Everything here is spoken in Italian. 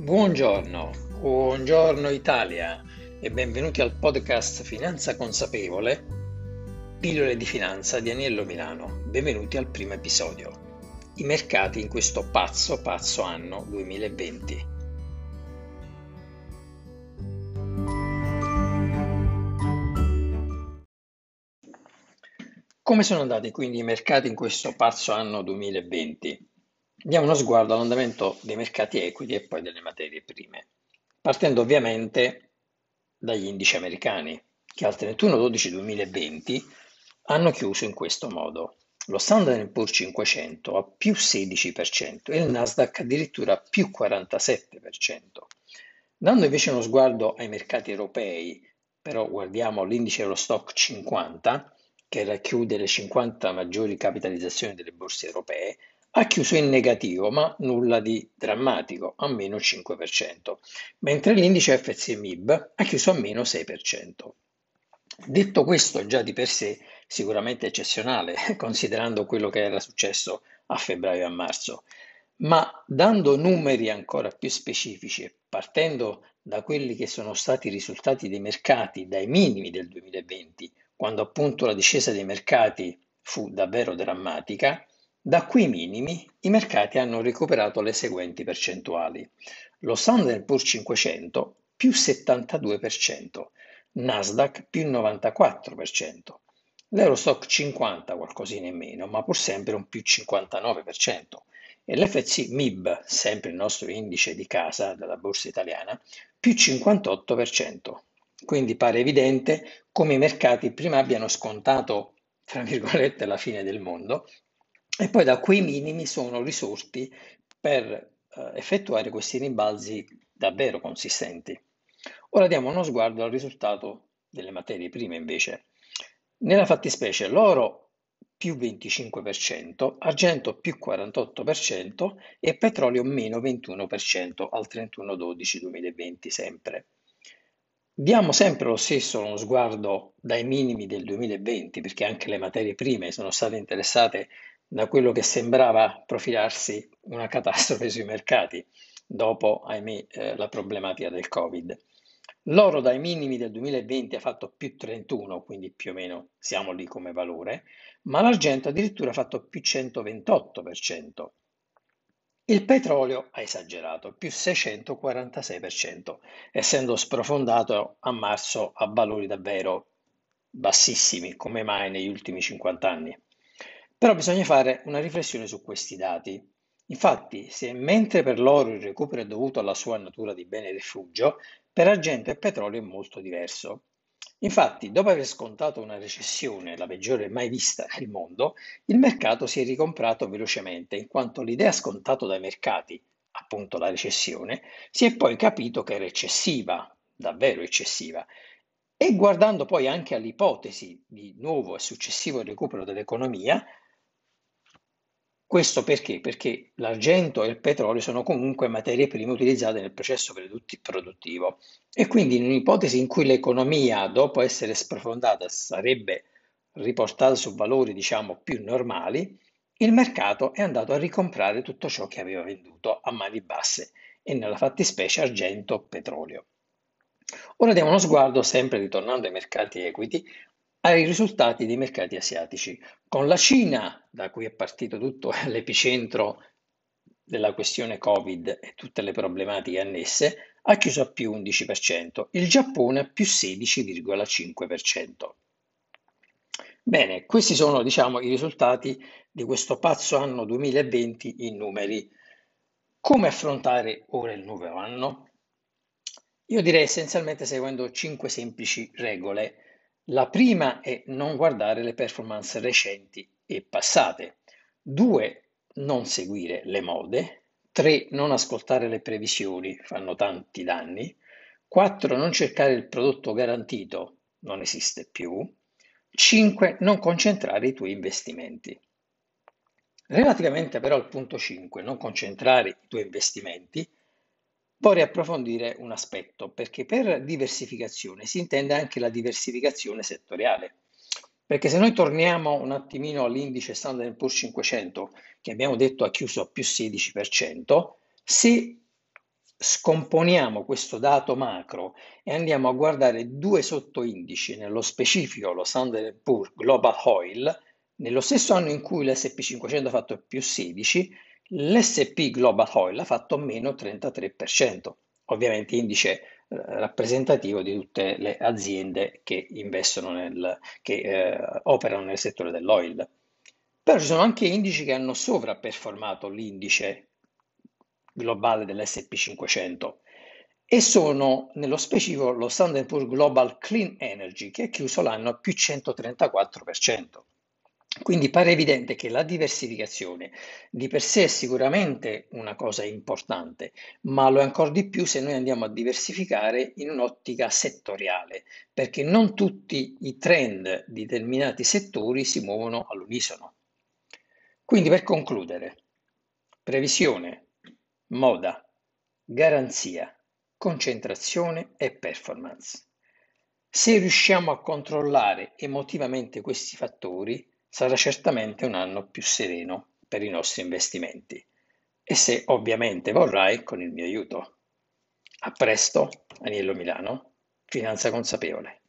Buongiorno Italia e benvenuti al podcast Finanza Consapevole, pillole di finanza di Aniello Milano. Benvenuti al primo episodio. I mercati in questo pazzo anno 2020. Come sono andati quindi i mercati in questo pazzo anno 2020? Diamo uno sguardo all'andamento dei mercati equity e poi delle materie prime, partendo ovviamente dagli indici americani, che al 31-12-2020 hanno chiuso in questo modo. Lo Standard Poor's 500 a più 16% e il Nasdaq addirittura più 47%. Dando invece uno sguardo ai mercati europei, però guardiamo l'indice Eurostock 50, che racchiude le 50 maggiori capitalizzazioni delle borse europee, ha chiuso in negativo, ma nulla di drammatico, a meno 5%, mentre l'indice FTSE/MIB ha chiuso a meno 6%. Detto questo, già di per sé sicuramente eccezionale, considerando quello che era successo a febbraio e a marzo, ma dando numeri ancora più specifici e partendo da quelli che sono stati i risultati dei mercati dai minimi del 2020, quando appunto la discesa dei mercati fu davvero drammatica, da quei minimi i mercati hanno recuperato le seguenti percentuali. Lo Standard Poor's 500 più 72%, Nasdaq più 94%, l'Eurostock 50 qualcosina in meno, ma pur sempre un più 59%, e l'FTSE/MIB, sempre il nostro indice di casa della borsa italiana, più 58%. Quindi pare evidente come i mercati prima abbiano scontato, tra virgolette, la fine del mondo e poi da quei minimi sono risorti per effettuare questi rimbalzi davvero consistenti. Ora diamo uno sguardo al risultato delle materie prime invece. Nella fattispecie l'oro più 25%, argento più 48% e petrolio meno 21% al 31-12-2020 sempre. Diamo sempre lo stesso uno sguardo dai minimi del 2020, perché anche le materie prime sono state interessate da quello che sembrava profilarsi una catastrofe sui mercati, dopo, ahimè, la problematica del Covid. L'oro dai minimi del 2020 ha fatto più 31, quindi più o meno siamo lì come valore, ma l'argento addirittura ha fatto più 128%. Il petrolio ha esagerato, più 646%, essendo sprofondato a marzo a valori davvero bassissimi, come mai negli ultimi 50 anni. Però bisogna fare una riflessione su questi dati. Infatti, se mentre per l'oro il recupero è dovuto alla sua natura di bene rifugio, per argento e petrolio è molto diverso. Infatti, dopo aver scontato una recessione, la peggiore mai vista nel mondo, il mercato si è ricomprato velocemente, in quanto l'idea scontata dai mercati, appunto la recessione, si è poi capito che era eccessiva, davvero eccessiva. E guardando poi anche all'ipotesi di nuovo e successivo recupero dell'economia, questo perché? Perché l'argento e il petrolio sono comunque materie prime utilizzate nel processo produttivo e quindi in un'ipotesi in cui l'economia, dopo essere sprofondata, sarebbe riportata su valori, diciamo, più normali, il mercato è andato a ricomprare tutto ciò che aveva venduto a mani basse e nella fattispecie argento, petrolio. Ora diamo uno sguardo, sempre ritornando ai mercati equity, ai risultati dei mercati asiatici, con la Cina, da cui è partito tutto l'epicentro della questione Covid e tutte le problematiche annesse, ha chiuso a più 11%, il Giappone a più 16,5%. Bene, questi sono, diciamo, i risultati di questo pazzo anno 2020 in numeri. Come affrontare ora il nuovo anno? Io direi essenzialmente seguendo 5 semplici regole. La prima è non guardare le performance recenti e passate. 2, non seguire le mode. 3, non ascoltare le previsioni, fanno tanti danni. 4, non cercare il prodotto garantito, non esiste più. 5, non concentrare i tuoi investimenti. Relativamente però al punto 5, non concentrare i tuoi investimenti, vorrei approfondire un aspetto, perché per diversificazione si intende anche la diversificazione settoriale. Perché se noi torniamo un attimino all'indice Standard Poor's 500, che abbiamo detto ha chiuso a più 16%, se scomponiamo questo dato macro e andiamo a guardare due sottoindici, nello specifico lo Standard Poor's Global Oil, nello stesso anno in cui l'S&P 500 ha fatto più 16, l'S&P Global Oil ha fatto meno 33%, ovviamente indice rappresentativo di tutte le aziende che investono che operano nel settore dell'oil. Però ci sono anche indici che hanno sovraperformato l'indice globale dell'S&P 500 e sono nello specifico lo Standard Poor's Global Clean Energy che è chiuso l'anno a più 134%. Quindi pare evidente che la diversificazione di per sé è sicuramente una cosa importante, ma lo è ancora di più se noi andiamo a diversificare in un'ottica settoriale, perché non tutti i trend di determinati settori si muovono all'unisono. Quindi per concludere, previsione, moda, garanzia, concentrazione e performance. Se riusciamo a controllare emotivamente questi fattori, sarà certamente un anno più sereno per i nostri investimenti. E se ovviamente vorrai, con il mio aiuto. A presto, Aniello Milano, Finanza Consapevole.